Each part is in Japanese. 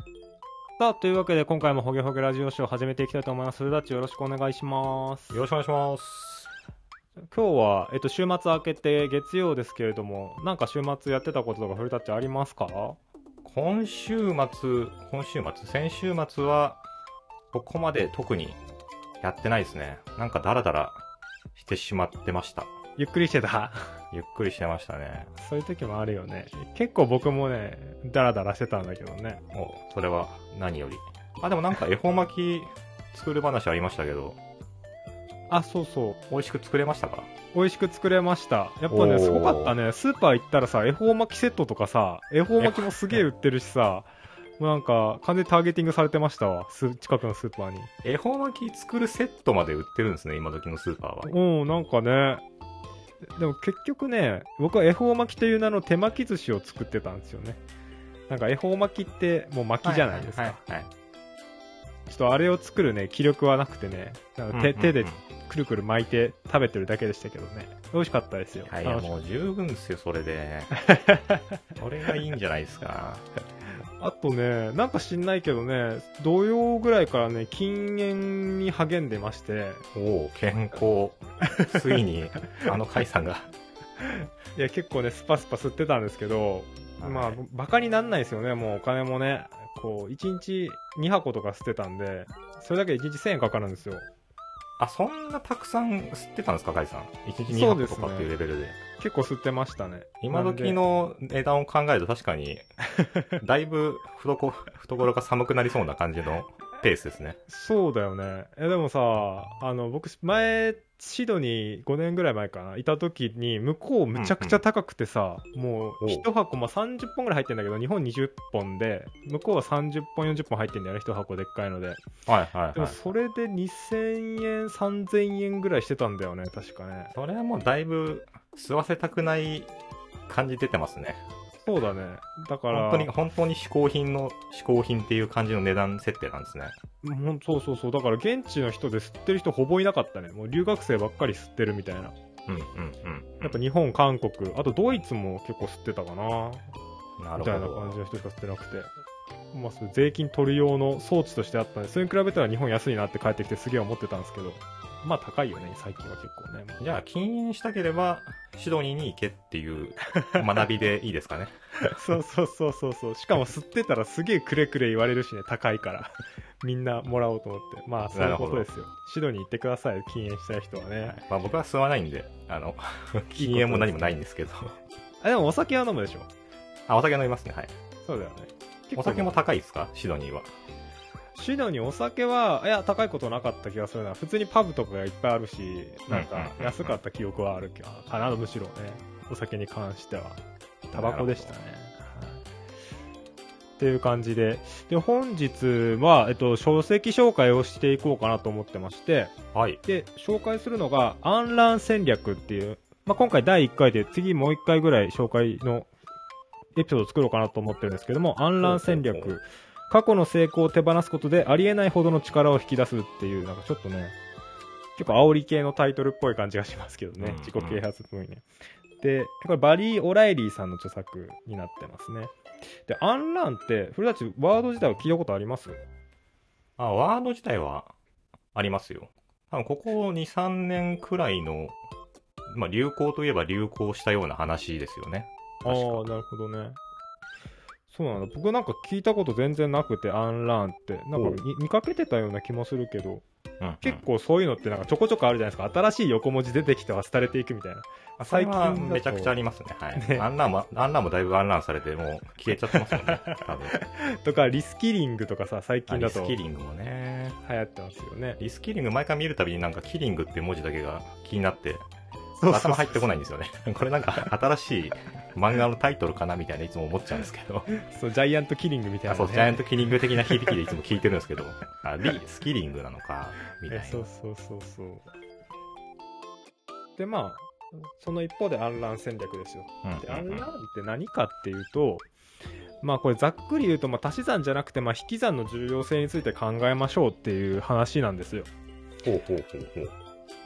さあ、というわけで今回もホゲホゲラジオショーを始めていきたいと思います。古舘よろしくお願いします。 よろしくお願いします。 今日は、週末明けて月曜ですけれども、なんか週末やってたこととか古舘ありますか？ 先週末は、ここまで特にやってないですね。なんかダラダラしてしまってました。 ゆっくりしてた。 ゆっくりしてましたね。 そういう時もあるよね。結構僕もね、ダラダラしてたんだけどね。 それは何より。でもなんか恵方巻き作る話ありましたけど。 あ、そうそう。 美味しく作れましたか？ 美味しく作れました。やっぱね、すごかったね。スーパー行ったらさ、恵方巻きセットとかさ、恵方巻きもすげえ売ってるしさ、もうなんか完全にターゲティングされてましたわ。近くのスーパーに。 恵方巻き作るセットまで売ってるんですね、今時のスーパーは。なんかね。でも結局ね、僕は恵方巻きという名の手巻き寿司を作ってたんですよね。なんか恵方巻きってもう巻きじゃないですか。ちょっとあれを作るね、気力はなくてね、手でくるくる巻いて食べてるだけでしたけどね。美味しかったですよ。 いやもう十分ですよ、それで。それがいいんじゃないですか。 あとね、なんか知んないけどね、土曜ぐらいからね、禁煙に励んでまして。 健康。ついに、甲斐さんが。 いや、結構ね、スパスパ吸ってたんですけど、まあ、バカになんないですよね、もうお金もね。こう、1日2箱とか吸ってたんで、それだけで1日1000円かかるんですよ。 そんなたくさん吸ってたんですか、甲斐さん。1日2箱とかっていうレベルで。 結構吸ってましたね。 今時の値段を考えると確かに、だいぶ懐が寒くなりそうな感じのペースですね。 そうだよね。でもさ、僕、前、シドニー5年ぐらい前かな、いた時に、向こうむちゃくちゃ高くてさ、もう、1箱、30本ぐらい入ってんだけど、日本20本で、向こうは30本、40本入ってんだよね、1箱でっかいので。でも、それで2000円、3000円ぐらいしてたんだよね、確かね。 それはもうだいぶ、吸わせたくない感じ出てますね。 そうだね。だから、 本当に嗜好品っていう感じの値段設定なんですね。 そう。だから現地の人で吸ってる人ほぼいなかったね。もう留学生ばっかり吸ってるみたいな。やっぱ日本、韓国、あとドイツも結構吸ってたかな。 なるほど。 みたいな感じの人しか吸ってなくて。まあ、それ税金取る用の装置としてあったんで、それに比べたら日本安いなって帰ってきてすげえ思ってたんですけど。まあ高いよね、最近は結構ね。 じゃあ、禁煙したければ、シドニーに行けっていう学びでいいですかね。 そう。しかも吸ってたらすげえくれくれ言われるしね、高いから。みんなもらおうと思って。まあ、そういうことですよ。シドニー行ってください、禁煙したい人はね。 僕は吸わないんで、禁煙も何もないんですけど。 でもお酒は飲むでしょ？ お酒飲みますね、はい。 そうだよね。 お酒も高いですか、シドニーは。 シドニーお酒は、いや、高いことなかった気がするな。普通にパブとかがいっぱいあるし、なんか、安かった記憶はあるかな、むしろね。お酒に関しては。タバコでしたね。っていう感じで。で、本日は、書籍紹介をしていこうかなと思ってまして、 はい。 で、紹介するのが、アンラン戦略っていう、今回第1回で、次もう1回ぐらい紹介のエピソードを作ろうかなと思ってるんですけども、アンラン戦略。過去の成功を手放すことでありえないほどの力を引き出すっていう、なんかちょっとね、結構煽り系のタイトルっぽい感じがしますけどね。自己啓発っぽいね。で、これバリー・オライリーさんの著作になってますね。で、アンランって、古舘ワード自体は聞いたことあります？ ワード自体はありますよ。多分ここ2、3年くらいの、流行といえば流行したような話ですよね。 なるほどね。そうなの。僕なんか聞いたこと全然なくて、アンランって。なんか見かけてたような気もするけど、結構そういうのってなんかちょこちょこあるじゃないですか。新しい横文字出てきては廃れていくみたいな。 最近はめちゃくちゃありますね。はい。ね、アンランもだいぶアンランされて、もう消えちゃってますもんね。多分。 とか、リスキリングとかさ、最近だと。 リスキリングもね。 流行ってますよね。 リスキリング毎回見るたびになんかキリングって文字だけが気になって、頭入ってこないんですよね。これなんか新しい漫画のタイトルかなみたいないつも思っちゃうんですけど。 そう、ジャイアントキリングみたいな、ね。 そう、ジャイアントキリング的な響きでいつも聞いてるんですけど、リスキリングなのか、みたいな。 そう。で、まあ、その一方でアンラン戦略ですよ。で、アンランって何かっていうと、これざっくり言うと、足し算じゃなくて、引き算の重要性について考えましょうっていう話なんですよ。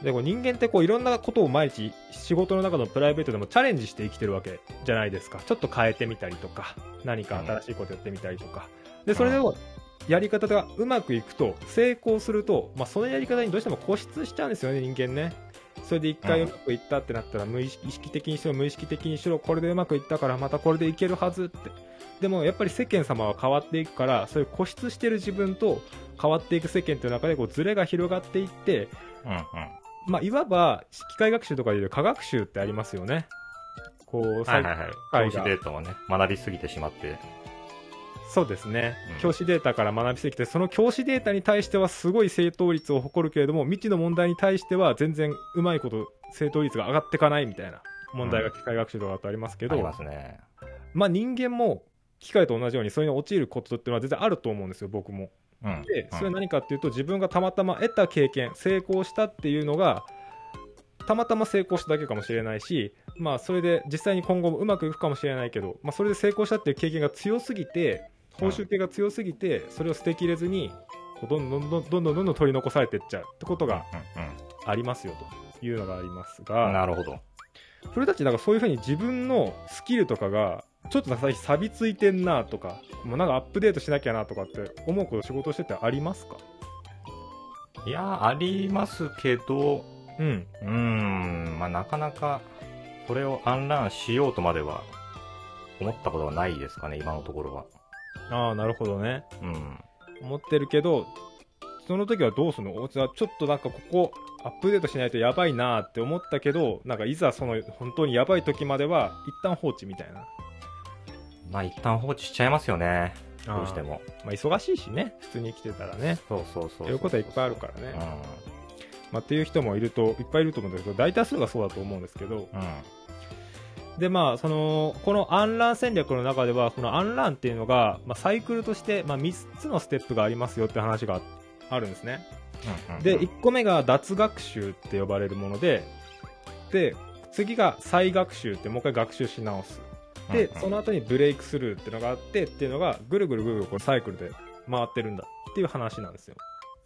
でこう人間ってこういろんなことを毎日仕事の中のプライベートでもチャレンジして生きてるわけじゃないですか。ちょっと変えてみたりとか、何か新しいことやってみたりとか、でそれをやり方がうまくいくと、成功すると、そのやり方にどうしても固執しちゃうんですよね、人間ね。それで一回うまくいったってなったら、意識的にしろ無意識的にしろ、これでうまくいったからまたこれでいけるはずって。でもやっぱり世間様は変わっていくから、そういう固執してる自分と変わっていく世間という中でこうズレが広がっていって、いわば機械学習とかでいう科学習ってありますよね。こう、 教師データをね、学びすぎてしまって。 そうですね、教師データから学びすぎて、その教師データに対してはすごい正答率を誇るけれども、未知の問題に対しては全然うまいこと正答率が上がっていかないみたいな問題が機械学習とかだとありますけど、 ありますね。 人間も機械と同じようにそれに陥ることっていうのは全然あると思うんですよ、僕も。でそれは何かっていうと、自分がたまたま得た経験、成功したっていうのがたまたま成功しただけかもしれないし、それで実際に今後もうまくいくかもしれないけど、それで成功したっていう経験が強すぎて、報酬系が強すぎて、それを捨てきれずにどんどん取り残されていっちゃうってことがありますよというのがありますが、 なるほど。 それたちなんかそういうふうに自分のスキルとかがちょっと錆びついてんなとか、もうなんかアップデートしなきゃなとかって思うこと、仕事しててありますか？ いや、ありますけど、なかなかそれをアンランしようとまでは思ったことはないですかね、今のところは。 ああ、なるほどね。思ってるけど、その時はどうするの？じゃあちょっとなんかここアップデートしないとやばいなって思ったけど、なんかいざその本当にやばい時までは一旦放置みたいな。 一旦放置しちゃいますよね、どうしても。 忙しいしね、普通に生きてたらね。 そういうことはいっぱいあるからね。っていう人もいっぱいいると思うんだけど、大多数がそうだと思うんですけど、でこのアンラン戦略の中では、このアンランっていうのが、サイクルとして、3つのステップがありますよって話があるんですね。で1個目が脱学習って呼ばれるもので、次が再学習ってもう一回学習し直す。でその後にブレイクスルーっていうのがあって、っていうのがぐるぐるこうサイクルで回ってるんだっていう話なんですよ。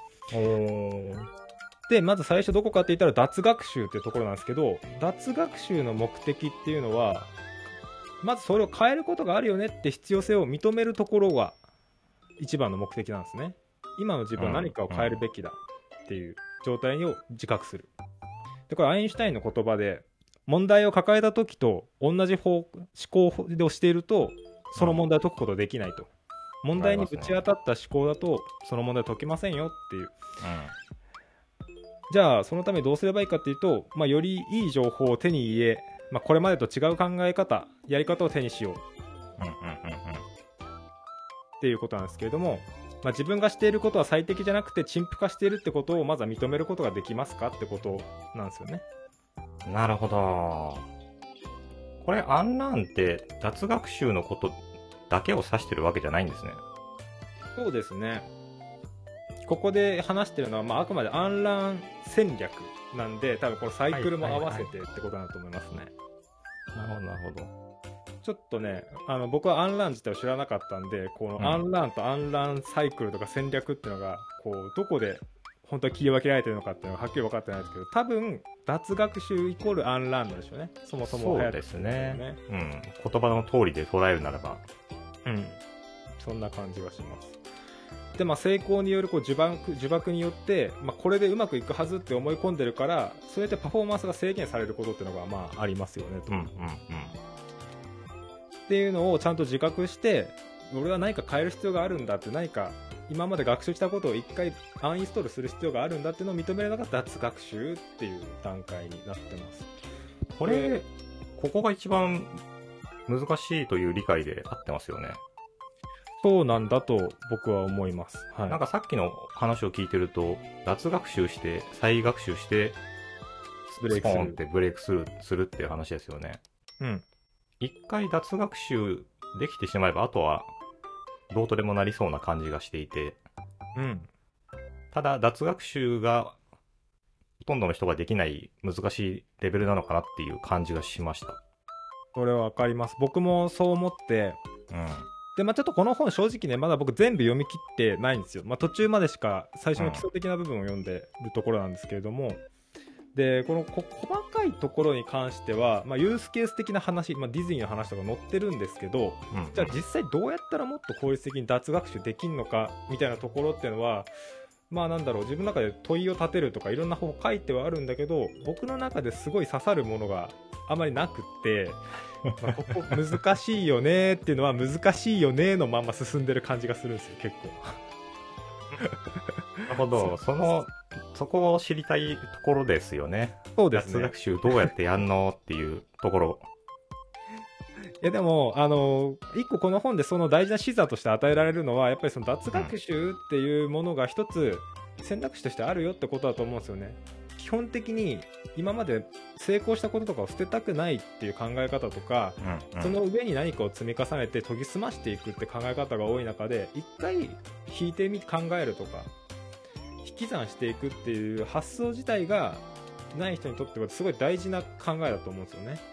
でまず最初どこかって言ったら脱学習っていうところなんですけど、脱学習の目的っていうのは、まずそれを変えることがあるよねって必要性を認めるところが一番の目的なんですね。今の自分は何かを変えるべきだっていう状態を自覚する。でこれアインシュタインの言葉で、問題を抱えた時と同じ思考をしているとその問題を解くことができないと。問題にぶち当たった思考だとその問題を解けませんよっていう。じゃあそのためにどうすればいいかっていうと、よりいい情報を手に入れ、これまでと違う考え方、やり方を手にしようっていうことなんですけれども、自分がしていることは最適じゃなくて陳腐化しているってことをまずは認めることができますかってことなんですよね。 なるほど。これアンランって脱学習のことだけを指してるわけじゃないんですね。 そうですね。ここで話してるのは、あくまでアンラン戦略なんで、多分このサイクルも合わせてってことだと思いますね。 なるほど。 ちょっとね、僕はアンラン自体を知らなかったんで、このアンランとアンランサイクルとか戦略っていうのが、どこで本当は切り分けられてるのかっていうのがはっきり分かってないですけど、多分脱学習イコールアンランなんでしょうね。そもそもそうですね。言葉の通りで捉えるならば。 そんな感じがします。で成功による呪縛によって、これでうまくいくはずって思い込んでるから、そうやってパフォーマンスが制限されることっていうのがありますよねと。っていうのをちゃんと自覚して、俺は何か変える必要があるんだって、何か今まで学習したことを一回アンインストールする必要があるんだっていうのを認めるのが脱学習っていう段階になってます。 ここが一番難しいという理解で合ってますよね。 そうなんだと僕は思います。 なんかさっきの話を聞いてると、脱学習して再学習してスポーンってブレイクするっていう話ですよね。一回脱学習できてしまえば、あとはどうとでもなりそうな感じがしていて、ただ脱学習がほとんどの人ができない難しいレベルなのかなっていう感じがしました。 これは分かります。僕もそう思って、でちょっとこの本正直ね、まだ僕全部読み切ってないんですよ。途中までしか最初の基礎的な部分を読んでるところなんですけれども、 でこの細かいところに関しては、ユースケース的な話、ディズニーの話とか載ってるんですけど、じゃあ実際どうやったらもっと効率的に脱学習できるのかみたいなところっていうのは、なんだろう、自分の中で問いを立てるとかいろんな本書いてはあるんだけど、僕の中ですごい刺さるものがあまりなくって、ここ難しいよねっていうのは難しいよねのまま進んでる感じがするんですよ、結構。 なるほど、そこを知りたいところですよね。 そうですね。 脱学習どうやってやんのっていうところ。 いやでも一個この本でその大事な視座として与えられるのは、やっぱりその脱学習っていうものが一つ選択肢としてあるよってことだと思うんですよね。基本的に今まで成功したこととかを捨てたくないっていう考え方とか、その上に何かを積み重ねて研ぎ澄ましていくって考え方が多い中で、一回引いてみ考えるとか引き算していくっていう発想自体がない人にとってはすごい大事な考えだと思うんですよね。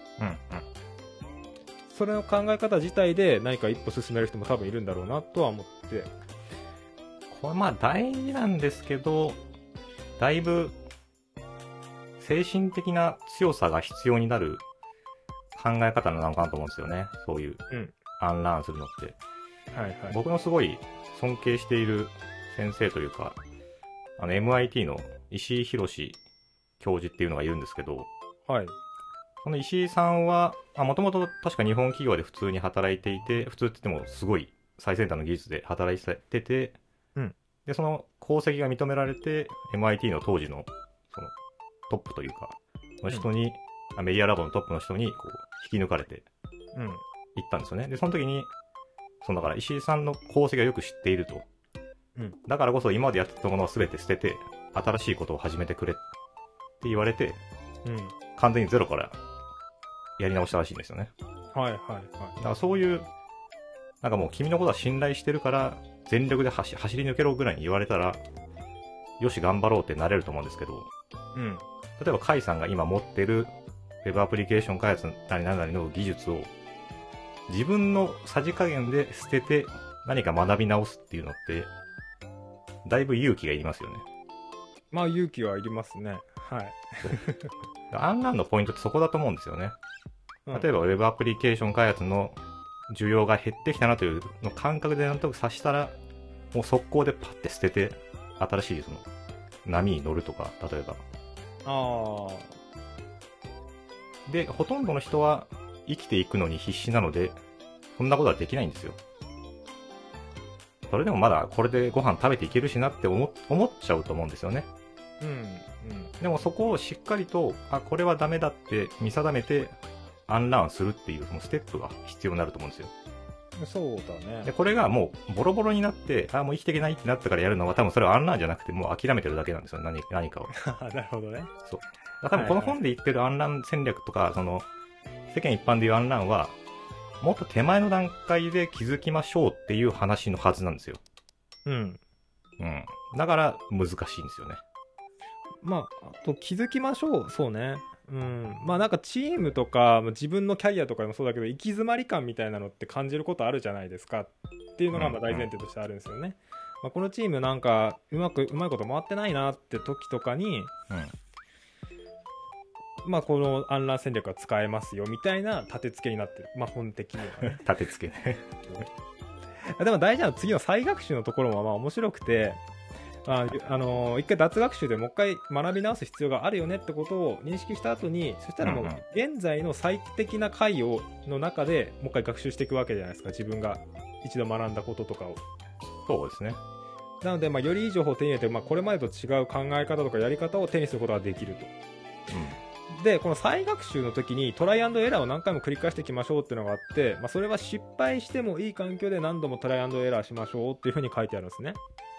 それの考え方自体で何か一歩進める人も多分いるんだろうなとは思って、 これ大事なんですけど、だいぶ精神的な強さが必要になる考え方なのかなと思うんですよね。そういう、アンラーンするのって、僕のすごい尊敬している先生というか、MIT の石井博教授っていうのがいるんですけど、この石井さんはもともと確か日本企業で普通に働いていて、普通って言ってもすごい最先端の技術で働いてて、でその功績が認められて MIT の当時のそのトップというかの人に、メディアラボのトップの人にこう引き抜かれて行ったんですよね。でその時にだから石井さんの功績をよく知っていると、だからこそ今までやってたものを全て捨てて新しいことを始めてくれって言われて、完全にゼロからやり直したらしいんですよね。だからそういうなんかもう君のことは信頼してるから全力で走り抜けろぐらいに言われたらよし頑張ろうってなれると思うんですけど、例えば甲斐さんが今持ってるウェブアプリケーション開発なり何なりの技術を自分のさじ加減で捨てて何か学び直すっていうのってだいぶ勇気がいりますよね。 勇気はいりますね。 アンランのポイントってそこだと思うんですよね。例えばウェブアプリケーション開発の需要が減ってきたなというの感覚でなんとなく察したら、もう速攻でパッて捨てて新しいその波に乗るとか、例えばでほとんどの人は生きていくのに必死なのでそんなことはできないんですよ。それでもまだこれでご飯食べていけるしなって思っちゃうと思うんですよね。でもそこをしっかりとこれはダメだって見定めてアンラーンするっていうそのステップが必要になると思うんですよ。 そうだね。 でこれがもうボロボロになってもう生きていけないってなったからやるのは多分それはアンラーンじゃなくてもう諦めてるだけなんですよ。何かをなるほどね。 そう多分この本で言ってるアンラーン戦略とか、その世間一般でいうアンラーンはもっと手前の段階で気づきましょうっていう話のはずなんですよ。だから難しいんですよね。 あと気づきましょう。そうね。なんかチームとか自分のキャリアとかでもそうだけど、行き詰まり感みたいなのって感じることあるじゃないですかっていうのが大前提としてあるんですよね。このチームなんかうまいこと回ってないなって時とかに、このアンラー戦略は使えますよみたいな立て付けになってる。本的にはね。 立て付けね。 でも大事なのは次の再学習のところも面白くて、一回脱学習でもう一回学び直す必要があるよねってことを認識した後に、そしたらもう現在の最適な回の中でもう一回学習していくわけじゃないですか。自分が一度学んだこととかを。 そうですね。 なのでよりいい情報を手に入れて、これまでと違う考え方とかやり方を手にすることができると。でこの再学習の時にトライアンドエラーを何回も繰り返していきましょうっていうのがあって、それは失敗してもいい環境で何度もトライアンドエラーしましょうっていう風に書いてあるんですね。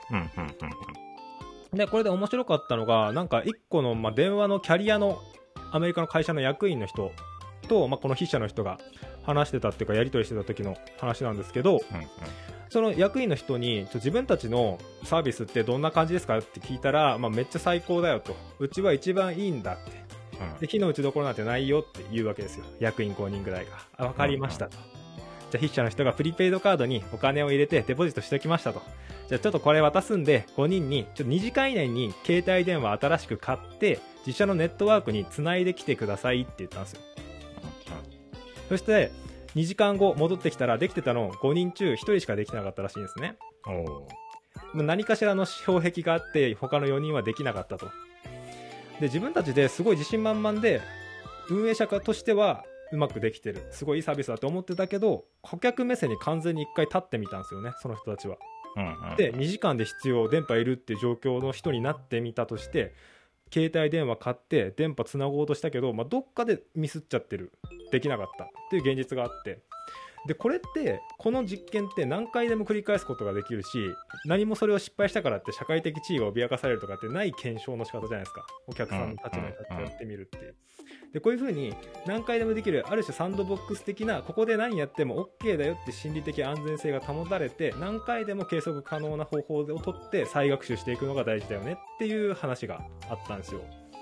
でこれで面白かったのが、なんか1個の電話のキャリアのアメリカの会社の役員の人と、この筆者の人が話してたっていうかやり取りしてた時の話なんですけど、その役員の人に自分たちのサービスってどんな感じですかって聞いたら、めっちゃ最高だよと、うちは一番いいんだって、で火の打ちどころなんてないよって言うわけですよ、役員5人ぐらいが。分かりましたと、じゃあ筆者の人がプリペイドカードにお金を入れてデポジットしておきましたと。じゃあちょっとこれ渡すんで、5人にちょっと2時間以内に携帯電話新しく買って、自社のネットワークに繋いできてくださいって言ったんですよ。そして、2時間後戻ってきたらできてたの5人中1人しかできなかったらしいんですね。何かしらの障壁があって他の4人はできなかったと。で、自分たちですごい自信満々で運営者としてはうまくできてる、すごいいいサービスだと思ってたけど、顧客目線に完全に一回立ってみたんですよね、その人たちは。で、2時間で必要電波いるっていう状況の人になってみたとして、携帯電話買って電波つなごうとしたけど、どっかでミスっちゃってる、できなかったっていう現実があって、でこれってこの実験って何回でも繰り返すことができるし、何もそれを失敗したからって社会的地位が脅かされるとかってない検証の仕方じゃないですか。お客さんの立場に立ってやってみるっていう。でこういう風に何回でもできる、ある種サンドボックス的な、ここで何やっても OK だよって心理的安全性が保たれて、何回でも計測可能な方法をとって再学習していくのが大事だよねっていう話があったんですよ。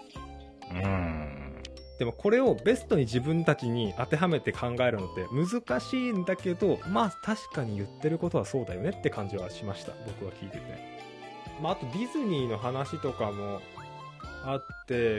でもこれをベストに自分たちに当てはめて考えるのって難しいんだけど、確かに言ってることはそうだよねって感じはしました、僕は聞いてて。あとディズニーの話とかもあって、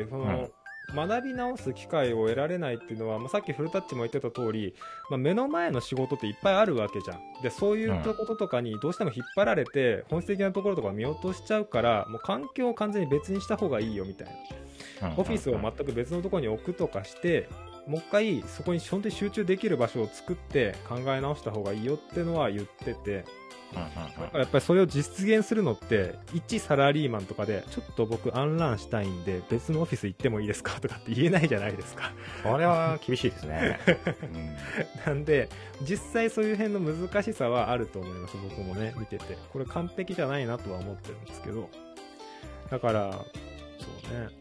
学び直す機会を得られないっていうのは、さっきフルタッチも言ってた通り、目の前の仕事っていっぱいあるわけじゃん。でそういうこととかにどうしても引っ張られて本質的なところとか見落としちゃうから、もう環境を完全に別にした方がいいよみたいな。オフィスを全く別のところに置くとかして、もう一回そこに本当に集中できる場所を作って考え直した方がいいよってのは言ってて、やっぱりそれを実現するのって一サラリーマンとかでちょっと僕アンランしたいんで別のオフィス行ってもいいですかとかって言えないじゃないですか。 これは厳しいですね。 なんで実際そういう辺の難しさはあると思います。僕もね見ててこれ完璧じゃないなとは思ってるんですけど、だからそうね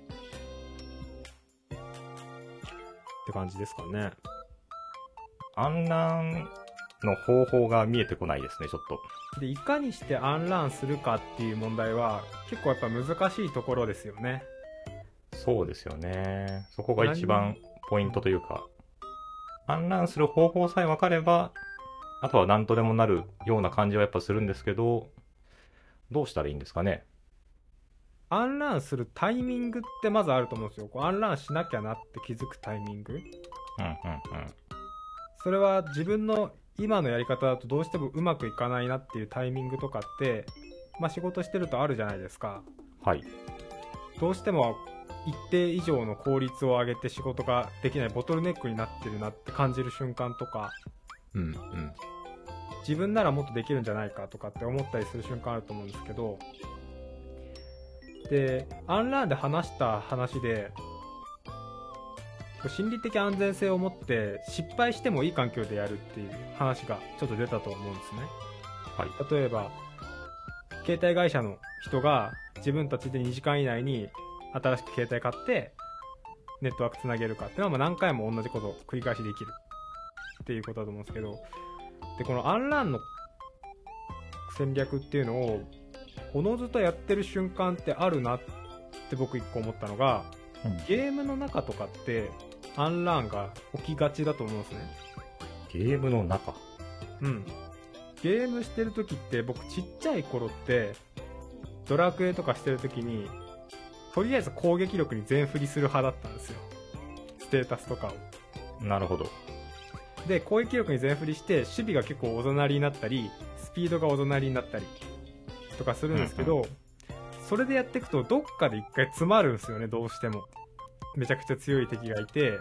って感じですかね。 アンランの方法が見えてこないですね、ちょっと。 でいかにしてアンランするかっていう問題は結構やっぱ難しいところですよね。 そうですよね。そこが一番ポイントというか、アンランする方法さえ分かれば、あとは何とでもなるような感じはやっぱするんですけど、どうしたらいいんですかね。 アンランするタイミングってまずあると思うんですよ。アンランしなきゃなって気づくタイミング。それは自分の今のやり方だとどうしてもうまくいかないなっていうタイミングとかって、仕事してるとあるじゃないですか。 はい。 どうしても一定以上の効率を上げて仕事ができないボトルネックになってるなって感じる瞬間とか、自分ならもっとできるんじゃないかとかって思ったりする瞬間あると思うんですけど、でアンランで話した話で心理的安全性を持って失敗してもいい環境でやるっていう話がちょっと出たと思うんですね。 はい。 例えば携帯会社の人が自分たちで2時間以内に新しく携帯買ってネットワークつなげるかっていうのは何回も同じことを繰り返しできるっていうことだと思うんですけど、でこのアンランの戦略っていうのをおのずとやってる瞬間ってあるなって僕一個思ったのが、ゲームの中とかってアンランが起きがちだと思うんですね。 ゲームの中。 ゲームしてる時って僕ちっちゃい頃ってドラクエとかしてる時にとりあえず攻撃力に全振りする派だったんですよ、ステータスとかを。 なるほど。 で攻撃力に全振りして守備が結構おざなりになったりスピードがおざなりになったりとかするんですけど、それでやっていくとどっかで一回詰まるんですよね。どうしてもめちゃくちゃ強い敵がいて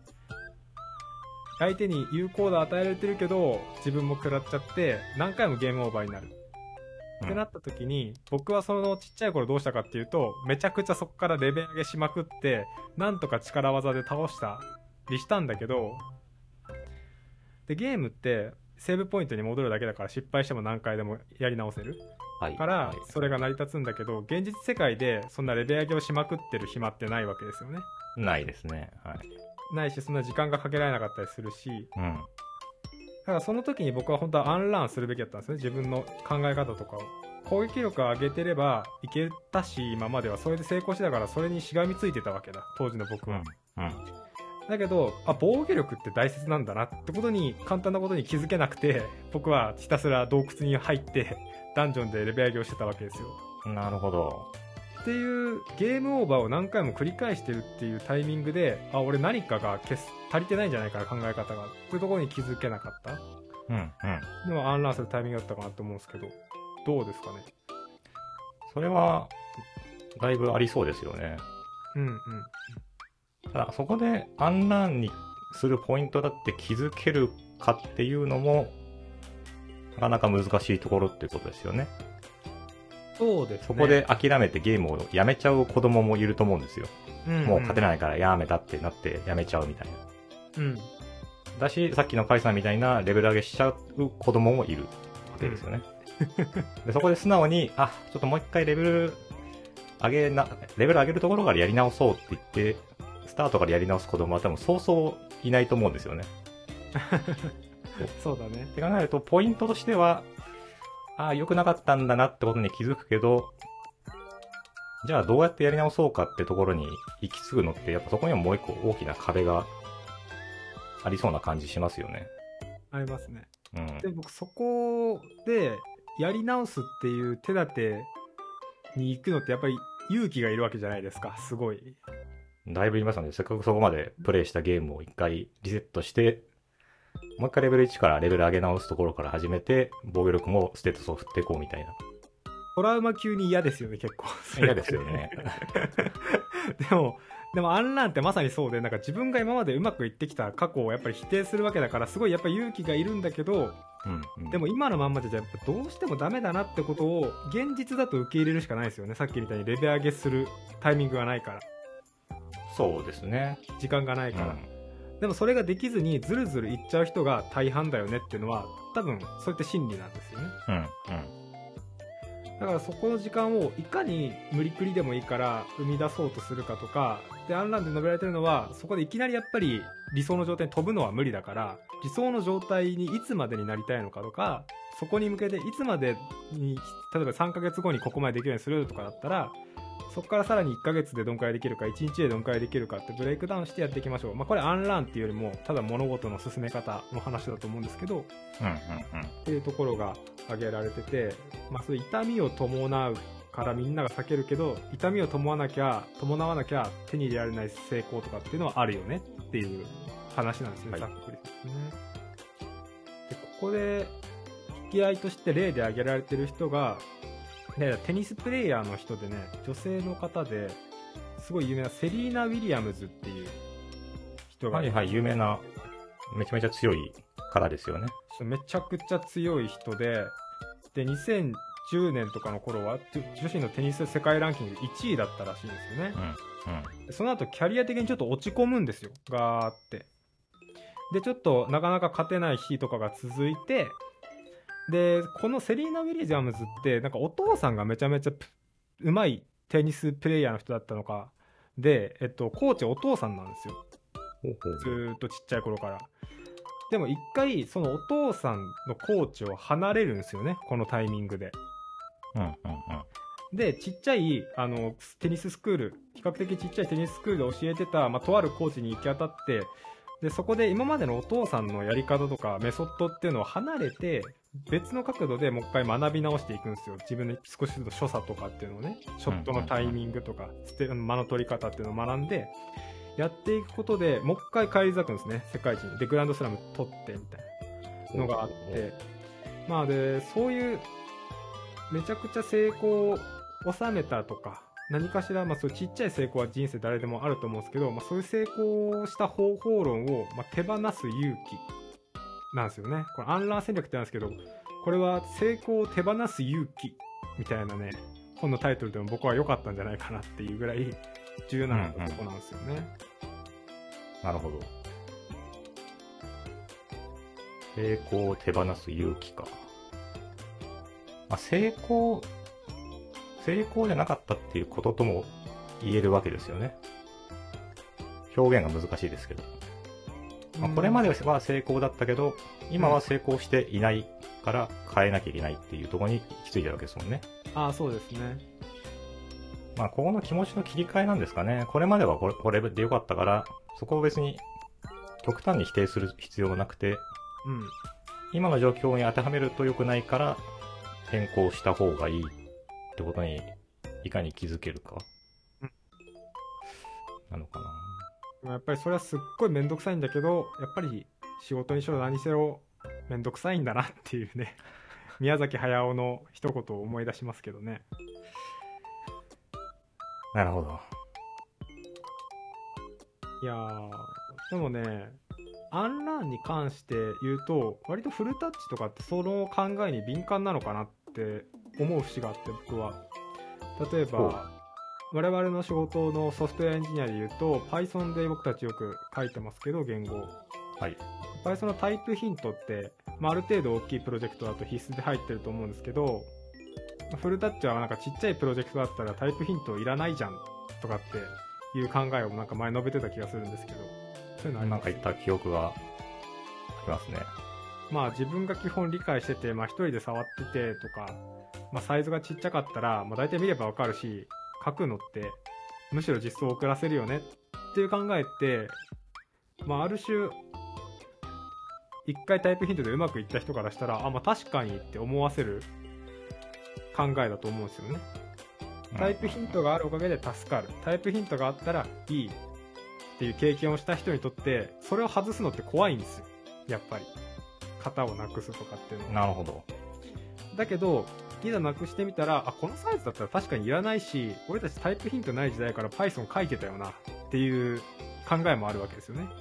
相手に有効度与えられてるけど自分も食らっちゃって何回もゲームオーバーになる、ってなった時に僕はそのちっちゃい頃どうしたかっていうと、めちゃくちゃそこからレベル上げしまくってなんとか力技で倒したりしたんだけど、でゲームってセーブポイントに戻るだけだから失敗しても何回でもやり直せる、からそれが成り立つんだけど、現実世界でそんなレベル上げをしまくってる暇ってないわけですよね。 ないですね。 ないしそんな時間がかけられなかったりするし、だからその時に僕は本当はアンランするべきだったんですね。自分の考え方とかを攻撃力を上げてればいけたし、今まではそれで成功してたからそれにしがみついてたわけだ、当時の僕は。 だけど、防御力って大切なんだなってことに、簡単なことに気づけなくて、僕はひたすら洞窟に入って、ダンジョンでレベル上げをしてたわけですよ。 なるほど。 っていうゲームオーバーを何回も繰り返してるっていうタイミングで、俺何かが足りてないんじゃないかな、考え方が。っていうところに気づけなかった。 うんうん。 でもアンラーンするタイミングだったかなと思うんですけど、どうですかね。 それは、だいぶありそうですよね。 うんうん。 ただ、そこでアンラーンにするポイントだって気づけるかっていうのも、なかなか難しいところっていうことですよね。 そうですね。 そこで諦めてゲームをやめちゃう子供もいると思うんですよ。もう勝てないからやめたってなってやめちゃうみたいな。 うん。 だし、さっきのカイさんみたいなレベル上げしちゃう子供もいるわけですよね。でそこで素直に、ちょっともう一回レベル上げるところからやり直そうって言って、スタートからやり直す子供は多分そうそういないと思うんですよね。 そうだね。 って考えると、ポイントとしては、良くなかったんだなってことに気づくけど、じゃあどうやってやり直そうかってところに行き継ぐのって、やっぱそこにはもう一個大きな壁がありそうな感じしますよね。 ありますね。 うん。 で、僕そこでやり直すっていう手立てに行くのってやっぱり勇気がいるわけじゃないですか、すごい。 だいぶいますので、せっかくそこまでプレイしたゲームを一回リセットして、もう一回レベル1からレベル上げ直すところから始めて、防御力もステータスを振っていこうみたいな。 トラウマ級に嫌ですよね、結構。 嫌ですよね。 でもアンラーンってまさにそうで、なんか自分が今までうまくいってきた過去をやっぱり否定するわけだから、すごいやっぱり勇気がいるんだけど、でも今のまんまじゃやっぱどうしてもダメだなってことを現実だと受け入れるしかないですよね。さっきみたいにレベル上げするタイミングがないから。 そうですね。 時間がないから。でもそれができずにズルズルいっちゃう人が大半だよねっていうのは多分そうやって心理なんですよね。だからそこの時間をいかに無理くりでもいいから生み出そうとするかとかで、アンランで述べられてるのは、そこでいきなりやっぱり理想の状態に飛ぶのは無理だから、理想の状態にいつまでになりたいのかとか、そこに向けていつまでに、例えば3ヶ月後にここまでできるようにするとかだったら、そこからさらに1ヶ月でどんくらいできるか、1日でどんくらいできるかってブレイクダウンしてやっていきましょう。これアンランっていうよりもただ物事の進め方の話だと思うんですけど、っていうところが挙げられてて、そういう痛みを伴うからみんなが避けるけど、痛みを伴わなきゃ手に入れられない成功とかっていうのはあるよねっていう話なんですね、ざっくりですね。で、ここで引き合いとして例で挙げられてる人が、テニスプレイヤーの人でね、女性の方ですごい有名なセリーナ・ウィリアムズっていう人が、 有名な、めちゃめちゃ強い方ですよね。 めちゃくちゃ強い人で、2010年とかの頃は女子のテニス世界ランキング1位だったらしいんですよね。その後キャリア的にちょっと落ち込むんですよ、ガーって。で、ちょっとなかなか勝てない日とかが続いて、で、このセリーナ・ウィリアムズってなんかお父さんがめちゃめちゃうまいテニスプレイヤーの人だったのかで、コーチお父さんなんですよ。ずーっとちっちゃい頃から。でも一回そのお父さんのコーチを離れるんですよね、このタイミングで。で、ちっちゃいテニススクール、比較的ちっちゃいテニススクールで教えてた、とあるコーチに行き当たって、でそこで今までのお父さんのやり方とかメソッドっていうのを離れて、別の角度でもう一回学び直していくんですよ。自分で少しずつ所作とかっていうのをね、ショットのタイミングとか間の取り方っていうのを学んでやっていくことで、もう一回返り咲くんですね、世界一に。でグランドスラム取ってみたいなのがあって、でそういうめちゃくちゃ成功を収めたとか、何かしら、そういうちっちゃい成功は人生誰でもあると思うんですけど、そういう成功した方法論を、手放す勇気なんですよね。これアンラー戦略ってなんですけど、これは成功を手放す勇気みたいなね、本のタイトルでも僕は良かったんじゃないかなっていうぐらい重要なとこなんですよね。 なるほど。成功を手放す勇気か。成功じゃなかったっていうこととも言えるわけですよね。表現が難しいですけど。これまでは成功だったけど、今は成功していないから変えなきゃいけないっていうところに行き着いたわけですもんね。 そうですね。 ここの気持ちの切り替えなんですかね。これまではこれで良かったから、そこを別に極端に否定する必要がなくて、 うん。 今の状況に当てはめると良くないから変更した方がいいってことにいかに気づけるか、 うん、 なのかな。 やっぱりそれはすっごいめんどくさいんだけど、やっぱり仕事にしろ何しろめんどくさいんだなっていうね宮崎駿の一言を思い出しますけどね。 なるほど。 いやー、でもね、アンランに関して言うと、割とフルタッチとかってその考えに敏感なのかなって思う節があって、僕は。例えば、我々の仕事のソフトウェアエンジニアで言うと、Python で僕たちよく書いてますけど、言語。 はい。 Python のタイプヒントって、ある程度大きいプロジェクトだと必須で入ってると思うんですけど、フルタッチはなんかちっちゃいプロジェクトだったらタイプヒントいらないじゃんとかっていう考えをなんか前述べてた気がするんですけど、そういうのあります？ なんか言った記憶がありますね。 まあ自分が基本理解してて、一人で触っててとか、サイズがちっちゃかったら、大体見ればわかるし、書くのってむしろ実装を遅らせるよねっていう考えって、ある種一回タイプヒントでうまくいった人からしたら、確かにって思わせる考えだと思うんですよね。タイプヒントがあるおかげで助かる、タイプヒントがあったらいいっていう経験をした人にとって、それを外すのって怖いんですよ、やっぱり。型をなくすとかっていうのは。 なるほど。 だけどいざなくしてみたら、このサイズだったら確かにいらないし、俺たちタイプヒントない時代から Python 書いてたよなっていう考えもあるわけですよね。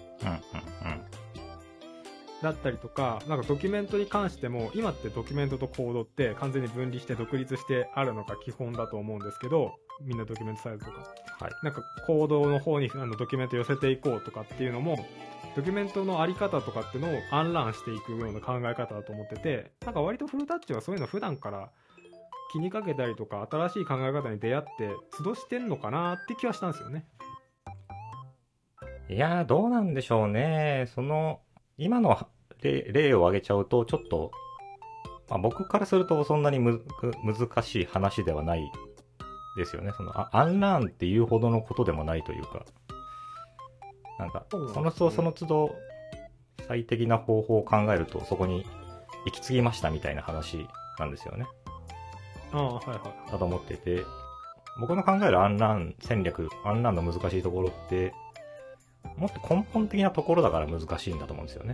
だったりとか、なんかドキュメントに関しても、今ってドキュメントとコードって完全に分離して独立してあるのが基本だと思うんですけど、みんなドキュメントサイズとか、 はい、 なんかコードの方にドキュメント寄せていこうとかっていうのも、ドキュメントのあり方とかっていうのをアンランしていくような考え方だと思ってて、なんか割とフルタッチはそういうの普段から気にかけたりとか、新しい考え方に出会って都度してんのかなって気はしたんですよね。 いやー、どうなんでしょうね。今の例を挙げちゃうと、ちょっと、僕からするとそんなに難しい話ではないですよね。アンラーンっていうほどのことでもないというか、なんか、その都度、最適な方法を考えると、そこに行き継ぎましたみたいな話なんですよね。 はいはい。 だと思ってて、僕の考えるアンラン戦略、アンランの難しいところって、もっと根本的なところだから難しいんだと思うんですよね。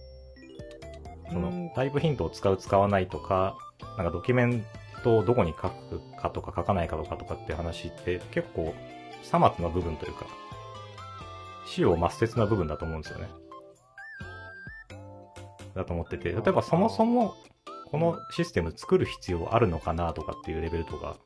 タイプヒントを使う使わないとか、なんかドキュメントをどこに書くかとか書かないかとかっていう話って結構さまつな部分というか、死を抹殺な部分だと思うんですよね。だと思ってて、例えばそもそもこのシステム作る必要あるのかなとかっていうレベルとか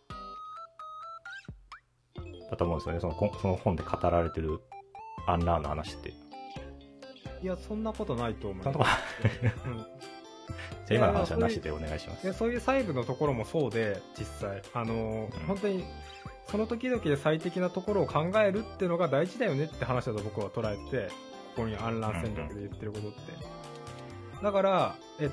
だと思うんですよね。その本で語られてるアンラーの話って。 いや、そんなことないと思う。 じゃあ今の話はなしでお願いします。 そういう細部のところもそうで、実際本当にその時々で最適なところを考えるっていうのが大事だよねって話だと僕は捉えてて、ここにアンラン戦略で言ってることって、だから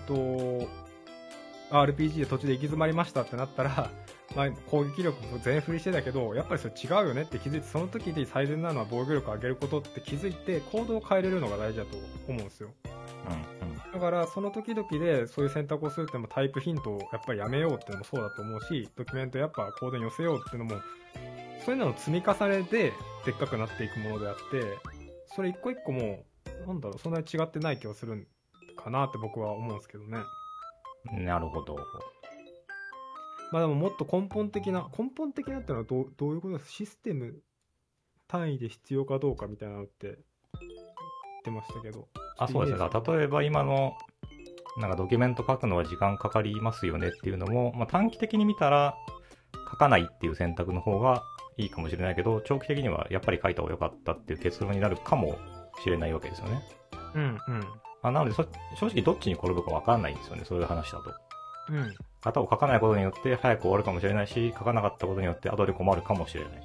RPG で途中で行き詰まりましたってなったら、攻撃力全振りしてたけど、やっぱりそれ違うよねって気づいて、その時で最善なのは防御力を上げることって気づいて行動を変えれるのが大事だと思うんですよ。だからその時々でそういう選択をするってのも、タイプヒントをやっぱりやめようっていうのもそうだと思うし、ドキュメントやっぱコードに寄せようっていうのも、そういうのの積み重ねででっかくなっていくものであって、それ一個一個もそんなに違ってない気がするかなって僕は思うんですけどね。 なるほど。 でももっと根本的なっていうのはどういうことですか？システム単位で必要かどうかみたいなのって言ってましたけど。 そうですね。例えば今のなんかドキュメント書くのは時間かかりますよねっていうのも、短期的に見たら書かないっていう選択の方がいいかもしれないけど、長期的にはやっぱり書いた方が良かったっていう結論になるかもしれないわけですよね。なので正直どっちに転ぶか分かんないんですよね、そういう話だと。型を書かないことによって早く終わるかもしれないし、書かなかったことによって後で困るかもしれない。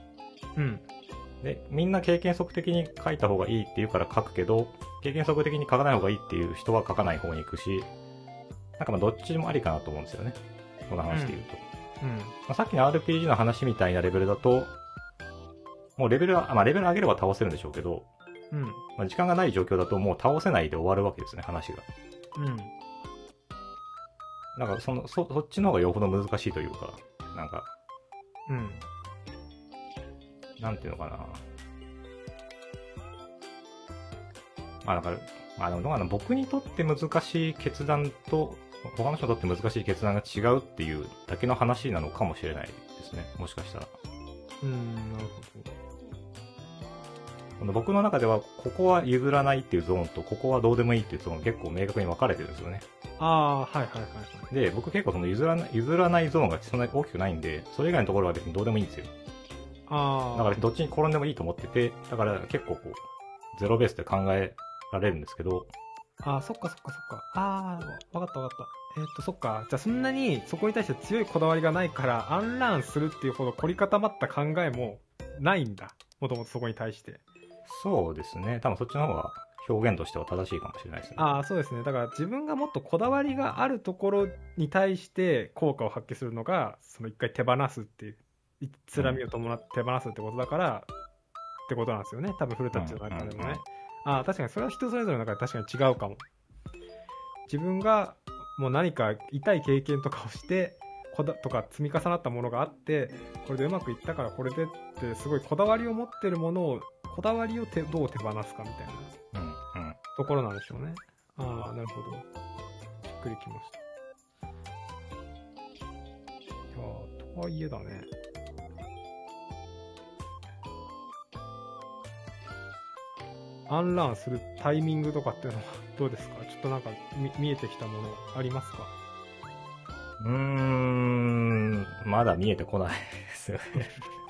で、みんな経験則的に書いた方がいいって言うから書くけど、経験則的に書かない方がいいっていう人は書かない方に行くし、なんかどっちでもありかなと思うんですよね。この話で言うと。さっきの RPG の話みたいなレベルだと、もうレベル上げれば倒せるんでしょうけど、 うん。 まあ、時間がない状況だともう倒せないで終わるわけですね、話が。 うん。 なんかそっちの方がよほど難しいというか、なんか、 うん。 なんていうのかな。まあだから、まあでもどうかな、僕にとって難しい決断と、他の人にとって難しい決断が違うっていうだけの話なのかもしれないですね。もしかしたら。 なるほど。 この僕の中では、ここは譲らないっていうゾーンと、ここはどうでもいいっていうゾーン結構明確に分かれてるんですよね。 ああ、はいはいはい。 で、僕結構その譲らないゾーンがそんなに大きくないんで、それ以外のところは別にどうでもいいんですよ。 ああ。 だからどっちに転んでもいいと思ってて、だから結構こう、ゼロベースで考えられるんですけど。 ああ、そっか。ああ、わかった。そっか。じゃあそんなにそこに対して強いこだわりがないから、アンランするっていうほど凝り固まった考えもないんだ。もともとそこに対して。 そうですね。多分そっちの方が表現としては正しいかもしれないですね。 ああ、そうですね。だから自分がもっとこだわりがあるところに対して効果を発揮するのが、その一回手放すっていう、つらみを伴って手放すってことだから、ってことなんですよね。多分フルタッチの中でもね。ああ、確かにそれは人それぞれの中で確かに違うかも。自分がもう何か痛い経験とかをしてとか積み重なったものがあって、これでうまくいったからこれでってすごいこだわりを持ってるものを、こだわりをどう手放すかみたいなところなんでしょうね。ああ、なるほど。しっくりきました。いやとはいえだね。アンランするタイミングとかっていうのはどうですか？ちょっとなんか見えてきたものありますか？ まだ見えてこないですよね。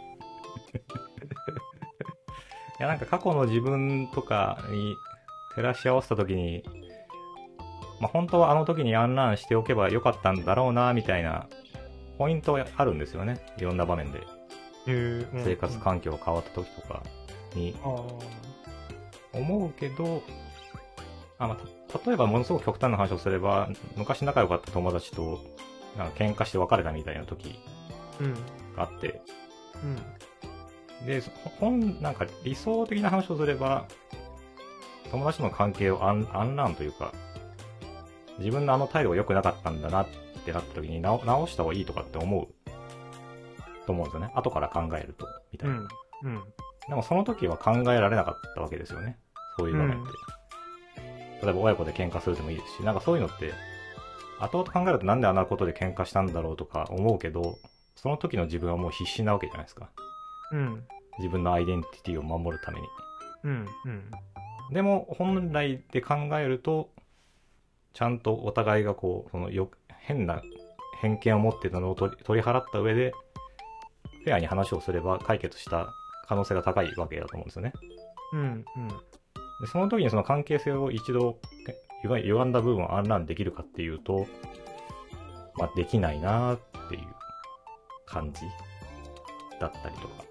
いや、なんか過去の自分とかに照らし合わせたときに、まあ、本当はあの時にアンランしておけばよかったんだろうな、みたいなポイントはあるんですよね。いろんな場面で。生活環境が変わった時とかに。思うけど、例えばものすごく極端な話をすれば、昔仲良かった友達となんか喧嘩して別れたみたいな時があって、で、なんか理想的な話をすれば、友達との関係をアンランというか、自分のあの態度が良くなかったんだなってなった時に直した方がいいとかって思うと思うんですよね。後から考えると、みたいな。でもその時は考えられなかったわけですよね。そういう場面って。例えば親子で喧嘩するでもいいですし、なんかそういうのって、後々考えるとなんであんなことで喧嘩したんだろうとか思うけど、その時の自分はもう必死なわけじゃないですか。自分のアイデンティティを守るために。でも本来で考えると、ちゃんとお互いがこう、変な偏見を持っていたのを取り払った上で、フェアに話をすれば解決した可能性が高いわけだと思うんですよね。でその時にその関係性を一度歪んだ部分をアンランできるかっていうと、まあできないなーっていう感じだったりとか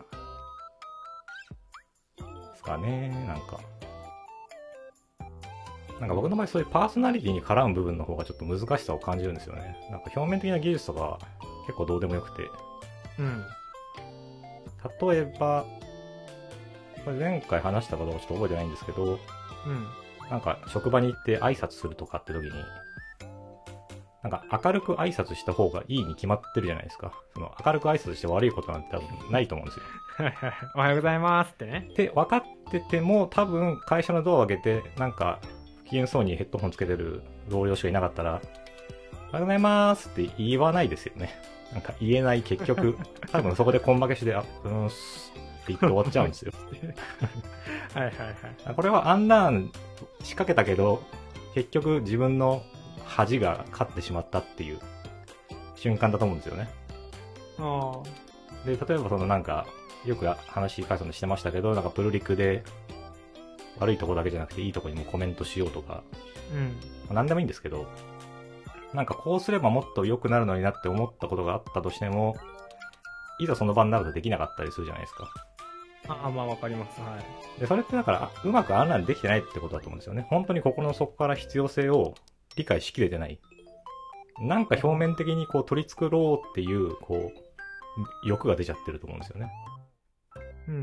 ですかね。なんか僕の場合そういうパーソナリティに絡む部分の方がちょっと難しさを感じるんですよね。なんか表面的な技術とか結構どうでもよくて。例えば、これ前回話したかどうかちょっと覚えてないんですけど、なんか職場に行って挨拶するとかって時に、なんか明るく挨拶した方がいいに決まってるじゃないですか。その明るく挨拶して悪いことなんて多分ないと思うんですよ。 おはようございますってね。 って分かってても多分会社のドアを開けてなんか不機嫌そうにヘッドホンつけてる同僚しかいなかったら、おはようございますって言わないですよね。なんか言えない結局、多分そこで根負けして、って言って終わっちゃうんですよ。これはアンラン仕掛けたけど、結局自分の恥が勝ってしまったっていう瞬間だと思うんですよね。で、例えばそのなんか、よく話返すのしてましたけど、なんかプルリクで悪いとこだけじゃなくていいとこにもコメントしようとか、なんでもいいんですけど、なんかこうすればもっと良くなるのになって思ったことがあったとしても、いざその場になるとできなかったりするじゃないですか。 まあわかります。はい。 で、それってだからうまくアンランできてないってことだと思うんですよね。本当に心の底から必要性を理解しきれてない。なんか表面的にこう取り繕おうっていう、こう、欲が出ちゃってると思うんですよね。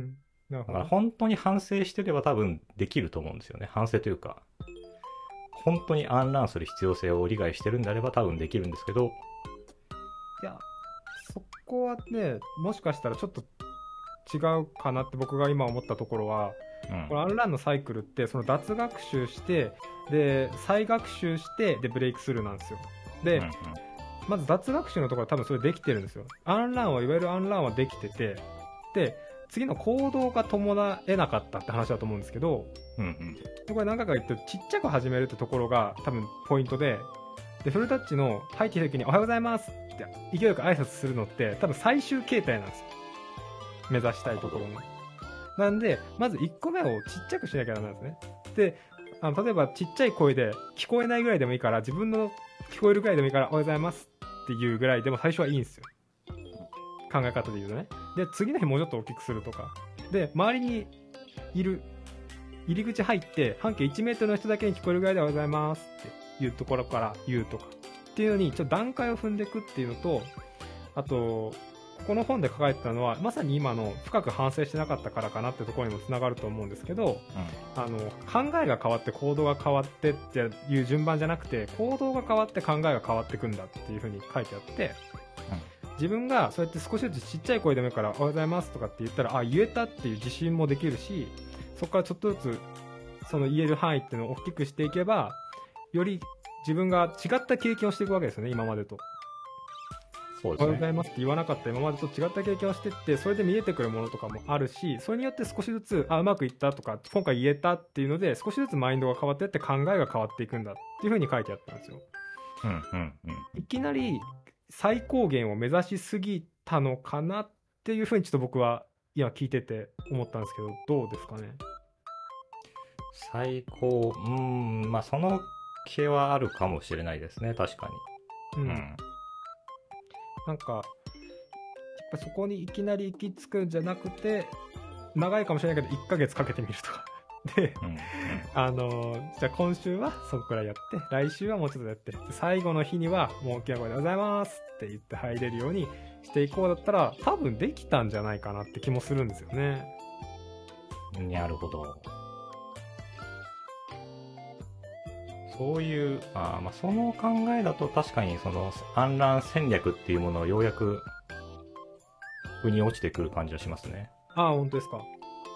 なるほど。 だから本当に反省してれば多分できると思うんですよね。反省というか、本当にアンランする必要性を理解してるんであれば多分できるんですけど、 いや、そこはね、もしかしたらちょっと違うかなって僕が今思ったところは、このアンランのサイクルって、その脱学習して、で、再学習して、で、ブレイクスルーなんですよ。で、まず脱学習のところは多分それできてるんですよ。アンランは、いわゆるアンランはできてて、で、次の行動が伴えなかったって話だと思うんですけど、これ何回か言ってちっちゃく始めるってところが多分ポイントで、で、フルタッチの入ってきた時におはようございますって勢いよく挨拶するのって多分最終形態なんですよ。目指したいところの。なんで、まず1個目をちっちゃくしなきゃダメなんですね。で、例えばちっちゃい声で聞こえないぐらいでもいいから、自分の聞こえるぐらいでもいいからおはようございますっていうぐらいでも最初はいいんですよ。考え方で言うとね。で、次の日もうちょっと大きくするとか。で、周りにいる、入り口入って、半径1メートルの人だけに聞こえるぐらいでおはようございますっていうところから言うとか。っていうのに、ちょっと段階を踏んでいくっていうのと、あと、この本で書かれてたのは、まさに今の深く反省してなかったからかなってところにもつながると思うんですけど、考えが変わって行動が変わってっていう順番じゃなくて、行動が変わって考えが変わっていくんだっていう風に書いてあって、自分がそうやって少しずつちっちゃい声でもいいからおはようございますとかって言ったら、あ、言えたっていう自信もできるし、そこからちょっとずつその言える範囲っていうのを大きくしていけば、より自分が違った経験をしていくわけですよね、今までと。 そうですね、 おはようございますって言わなかった今までと違った経験をしてって、それで見えてくるものとかもあるし、それによって少しずつうまくいったとか今回言えたっていうので少しずつマインドが変わっていって考えが変わっていくんだっていう風に書いてあったんですよ。いきなり最高限を目指しすぎたのかなっていう風にちょっと僕は今聞いてて思ったんですけど、どうですかね。 最高、まあその気はあるかもしれないですね、確かに。 なんかやっぱそこにいきなり行き着くんじゃなくて、長いかもしれないけど1ヶ月かけてみるとかで、じゃあ今週はそんくらいやって、来週はもうちょっとやって、最後の日にはもう大きな声でおはようございますって言って入れるようにしていこうだったら、多分できたんじゃないかなって気もするんですよね。 なるほど。そういう、その考えだと確かにそのアンラン戦略っていうものをようやく腑に落ちてくる感じはしますね。 本当ですか。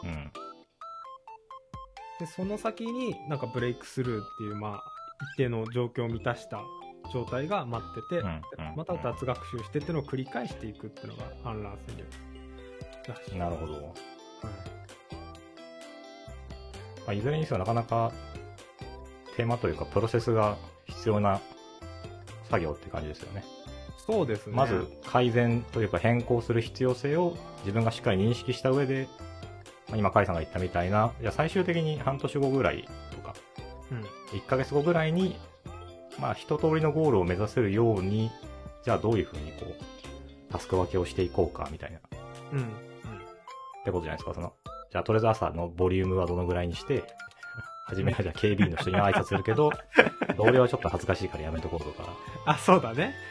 で、その先になんかブレイクスルーっていう、一定の状況を満たした状態が待ってて、また脱学習してっていうのを繰り返していくっていうのがアンラン戦略。 なるほど。いずれにせよなかなかテーマというかプロセスが必要な作業って感じですよね。 そうですね。 まず改善というか変更する必要性を自分がしっかり認識した上で、今甲斐さんが言ったみたいな、じゃあ最終的に半年後ぐらいとか、1ヶ月後ぐらいに一通りのゴールを目指せるように、じゃあどういうふうにこうタスク分けをしていこうかみたいな、ってことじゃないですか。じゃあとりあえず朝のボリュームはどのぐらいにして、初めはじゃあ警備員の人に挨拶するけど、同僚はちょっと恥ずかしいからやめとこうとか。 そうだね。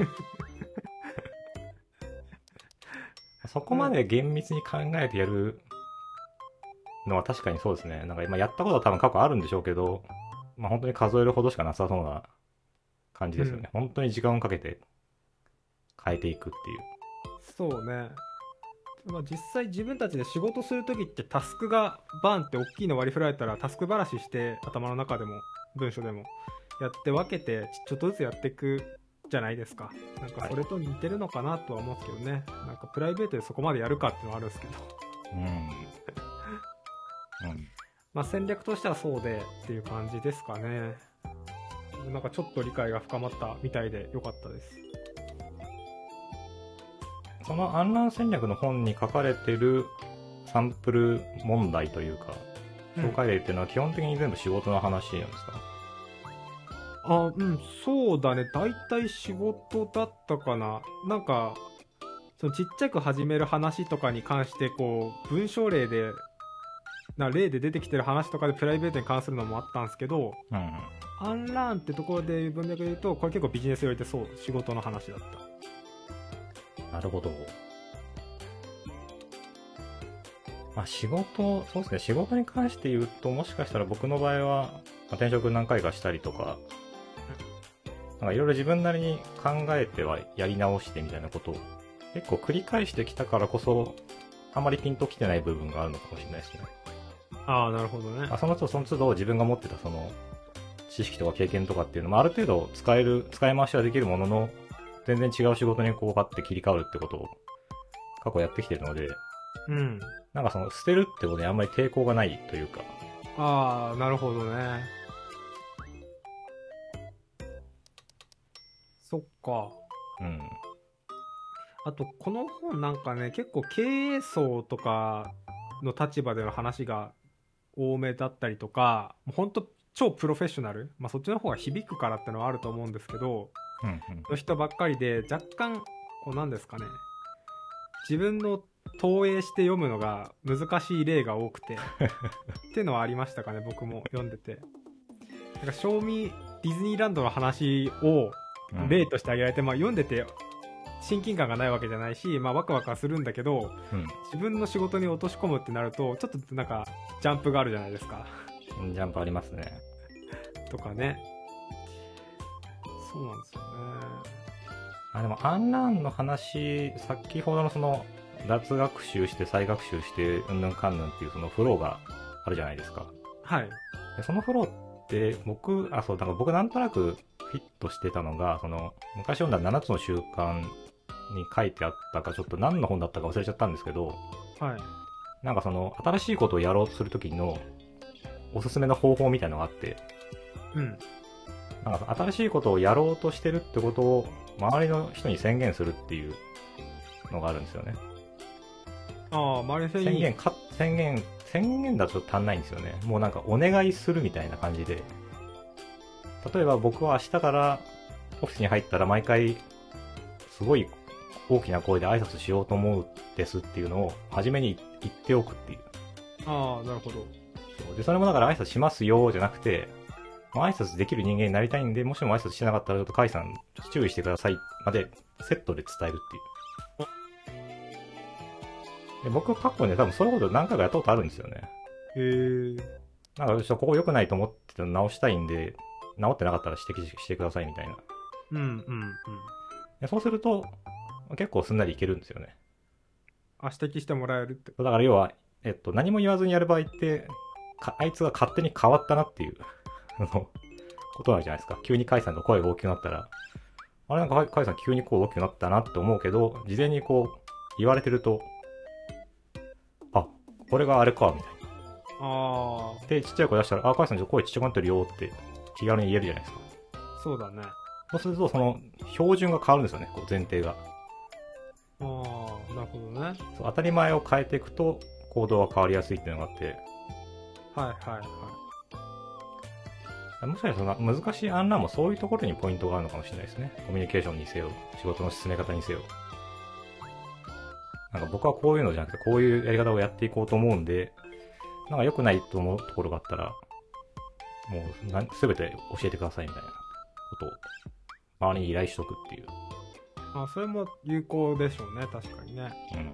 そこまで厳密に考えてやるのは確かにそうですね。なんか今やったことは多分過去あるんでしょうけど、本当に数えるほどしかなさそうな感じですよね。本当に時間をかけて変えていくっていう。 そうね。実際自分たちで仕事するときってタスクがバンって大きいの割り振られたらタスクばらしして頭の中でも文章でもやって分けてちょっとずつやっていくじゃないですか。なんかそれと似てるのかなとは思うんですけどね。なんかプライベートでそこまでやるかっていうのはあるんですけど。戦略としてはそうでっていう感じですかね。なんかちょっと理解が深まったみたいでよかったです。 そのアンラン戦略の本に書かれてるサンプル問題というか、紹介例っていうのは基本的に全部仕事の話なんですか？ そうだね。大体仕事だったかな。なんか、そのちっちゃく始める話とかに関して、こう、文章例で、例で出てきてる話とかでプライベートに関するのもあったんですけど、アンラーンってところで文脈で言うと、これ結構ビジネス寄りでそう、仕事の話だった。 なるほど。 まあ仕事、そうですね、仕事に関して言うと、もしかしたら僕の場合は、まあ転職何回かしたりとか、なんかいろいろ自分なりに考えてはやり直してみたいなことを結構繰り返してきたからこそ、あんまりピンときてない部分があるのかもしれないですね。 ああ、なるほどね。 その都度自分が持ってたその知識とか経験とかっていうのもある程度使い回しはできるものの、全然違う仕事にこうバッて切り替わるってことを過去やってきてるので、 うん。 なんかその捨てるってことにあんまり抵抗がないというか。 ああ、なるほどね。そっか。 うん。 あと、この本なんかね、結構経営層とかの立場での話が多めだったりとか、もうほんと超プロフェッショナル、まあそっちの方が響くからってのはあると思うんですけど、 うんうん。 の人ばっかりで、若干、こうなんですかね、自分の投影して読むのが難しい例が多くて、っていうのはありましたかね、僕も読んでて。なんか、賞味ディズニーランドの話を例として挙げられて、まあ読んでて親近感がないわけじゃないし、まあワクワクはするんだけど、自分の仕事に落とし込むってなると、ちょっとなんかジャンプがあるじゃないですか。 ジャンプありますね。 とかね。そうなんですよね。 でもアンランの話、先ほどのその脱学習して再学習してうんぬんかんぬんっていうそのフローがあるじゃないですか。 はい。 でそのフローって僕なんとなくフィットしてたのが、その昔読んだ7つの習慣に書いてあったか、ちょっと何の本だったか忘れちゃったんですけど、 はい。 なんかその新しいことをやろうとするときのおすすめの方法みたいなのがあって、 うん。 なんか新しいことをやろうとしてるってことを周りの人に宣言するっていうのがあるんですよね。 ああ、周りの人に宣言だと足んないんですよね。もうなんかお願いするみたいな感じで。例えば僕は明日からオフィスに入ったら毎回すごい大きな声で挨拶しようと思うですっていうのを初めに言っておくっていう。 ああ、なるほど。 で、それもだから挨拶しますよじゃなくて、挨拶できる人間になりたいんで、もしも挨拶してなかったらちょっと甲斐さん注意してくださいまでセットで伝えるっていう。で僕過去ね、多分そういうこと何回かやったことあるんですよね。 へえ。 なんかちょっとここ良くないと思ってたの直したいんで、直ってなかったら指摘してくださいみたいな。 うんうんうん。 でそうすると、結構すんなりいけるんですよね。 あ、指摘してもらえるって。 だから要は、何も言わずにやる場合って、あいつが勝手に変わったなっていうことなんじゃないですか。急に甲斐さんが声が大きくなったら、あれなんか甲斐さん急に声大きくなったなって思うけど、事前にこう言われてると、あ、これがあれか、みたいな。 ああ。 で、ちっちゃい声出したら、あ、甲斐さんちょっと声ちっちゃくなってるよって気軽に言えるじゃないですか。 そうだね。 そうすると、その標準が変わるんですよね、こう前提が。 ああ、なるほどね。 そう当たり前を変えていくと行動が変わりやすいっていうのがあって、 はいはいはもしかしたらその難しい案内もそういうところにポイントがあるのかもしれないですね。コミュニケーションにせよ、仕事の進め方にせよ。なんか僕はこういうのじゃなくてこういうやり方をやっていこうと思うんで、なんか良くないと思うところがあったら、もうすべて教えてくださいみたいなことを周りに依頼しとくっていう。 あ、それも有効でしょうね、確かにね。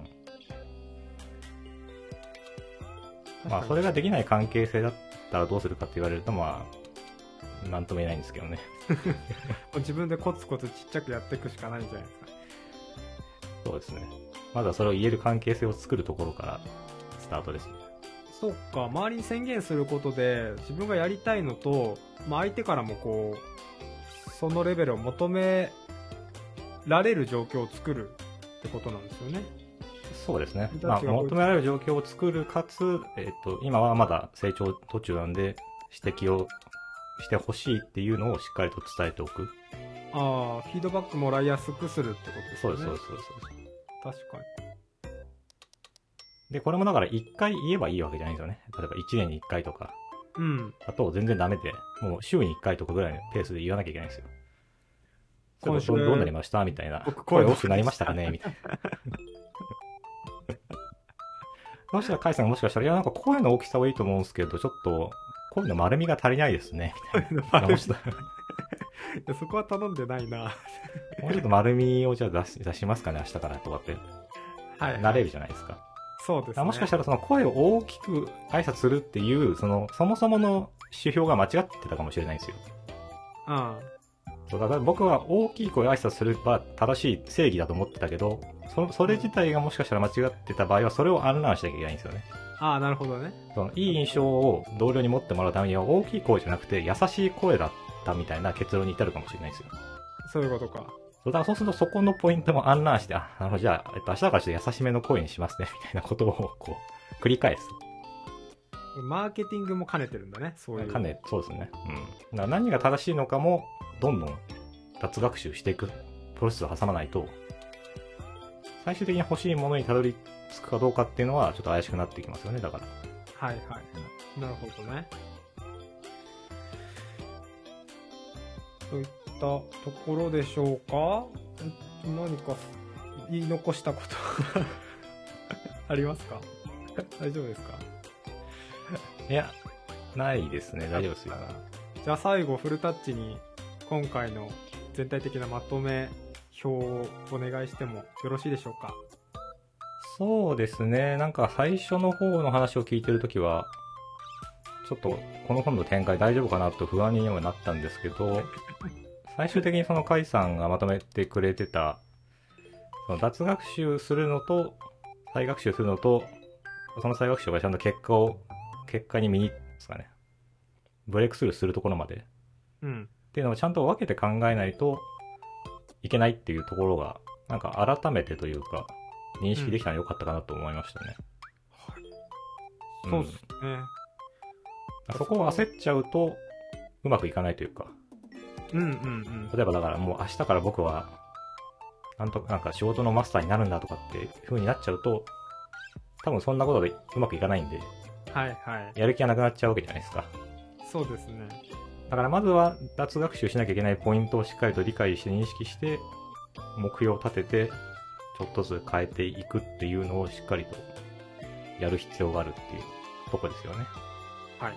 うん。まあ、それができない関係性だったらどうするかって言われると、まあ、なんとも言えないんですけどね。 自分でコツコツちっちゃくやっていくしかないんじゃないですか。 そうですね。まずはそれを言える関係性を作るところからスタートですね。 そっか、周りに宣言することで自分がやりたいのと、まあ、相手からもこうそのレベルを求められる状況を作るってことなんですよね。 そうですね。まあ、求められる状況を作るかつ、今はまだ成長途中なんで指摘をしてほしいっていうのをしっかりと伝えておく。 ああ、フィードバックもらいやすくするってことですね。 そうです。 確かに。 で、これもだから1回言えばいいわけじゃないんですよね。例えば1年に1回とか。 うん。 だと全然ダメで、もう週に1回とかぐらいのペースで言わなきゃいけないんですよ。今週どうなりましたみたいな。声大きくなりましたかねみたいな。そしたら甲斐さんがもしかしたら、いやなんか声の大きさはいいと思うんですけど、ちょっと声の丸みが足りないですね。みたいな。直した。 そこは頼んでないな。 もうちょっと丸みをじゃあ出しますかね、明日からとかって。 はい、 なれるじゃないですか。 そうですね。 もしかしたらその声を大きく挨拶するっていう、そもそもの指標が間違ってたかもしれないんですよ。そうだから僕は大きい声挨拶すれば正しい正義だと思ってたけど、それ自体がもしかしたら間違ってた場合はそれをアンランしなきゃいけないんですよね。 なるほどね。 いい印象を同僚に持ってもらうためには大きい声じゃなくて優しい声だったみたいな結論に至るかもしれないんですよ。 そういうことか。 だからそうするとそこのポイントもアンランして、なるほど、じゃあ、明日からちょっと優しめの声にしますね、みたいなことをこう、繰り返す。 マーケティングも兼ねてるんだね、そういう。 そうですね。だから何が正しいのかも、どんどん脱学習していくプロセスを挟まないと、最終的に欲しいものにたどり着くかどうかっていうのは、ちょっと怪しくなってきますよね、だから。 はいはい。なるほどね。そういったところでしょうか。何か言い残したことありますか？大丈夫ですか？ いや、ないですね。大丈夫ですよ。 じゃあ最後フルタッチに今回の全体的なまとめ表をお願いしてもよろしいでしょうか？ そうですね。なんか最初の方の話を聞いてるときは、ちょっとこの本の展開大丈夫かなと不安にもなったんですけど、最終的にその甲斐さんがまとめてくれてた、その脱学習するのと再学習するのと、その再学習がちゃんと結果にですかね、ブレイクスルーするところまで、っていうのをちゃんと分けて考えないといけないっていうところが、なんか改めてというか、認識できたの良かったかなと思いましたね。 はい。そうですね。 そこを焦っちゃうと、うまくいかないというか。例えばだからもう明日から僕は、なんか仕事のマスターになるんだとかっていう風になっちゃうと、多分そんなことでうまくいかないんで、 はいはい。 やる気がなくなっちゃうわけじゃないですか。 そうですね。 だからまずは脱学習しなきゃいけないポイントをしっかりと理解して認識して、目標を立てて、ちょっとずつ変えていくっていうのをしっかりとやる必要があるっていうとこですよね。 はい。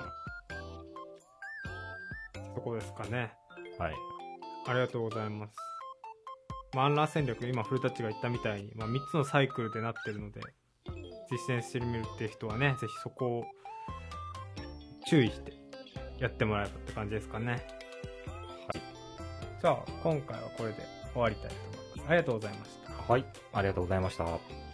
そこですかね。 はい。 ありがとうございます。アンラー戦略、今フルタッチが言ったみたいに、3つのサイクルでなってるので、実践してみるっていう人はね、ぜひそこを注意してやってもらえばって感じですかね。はい。じゃあ、今回はこれで終わりたいと思います。ありがとうございました。 はい。ありがとうございました。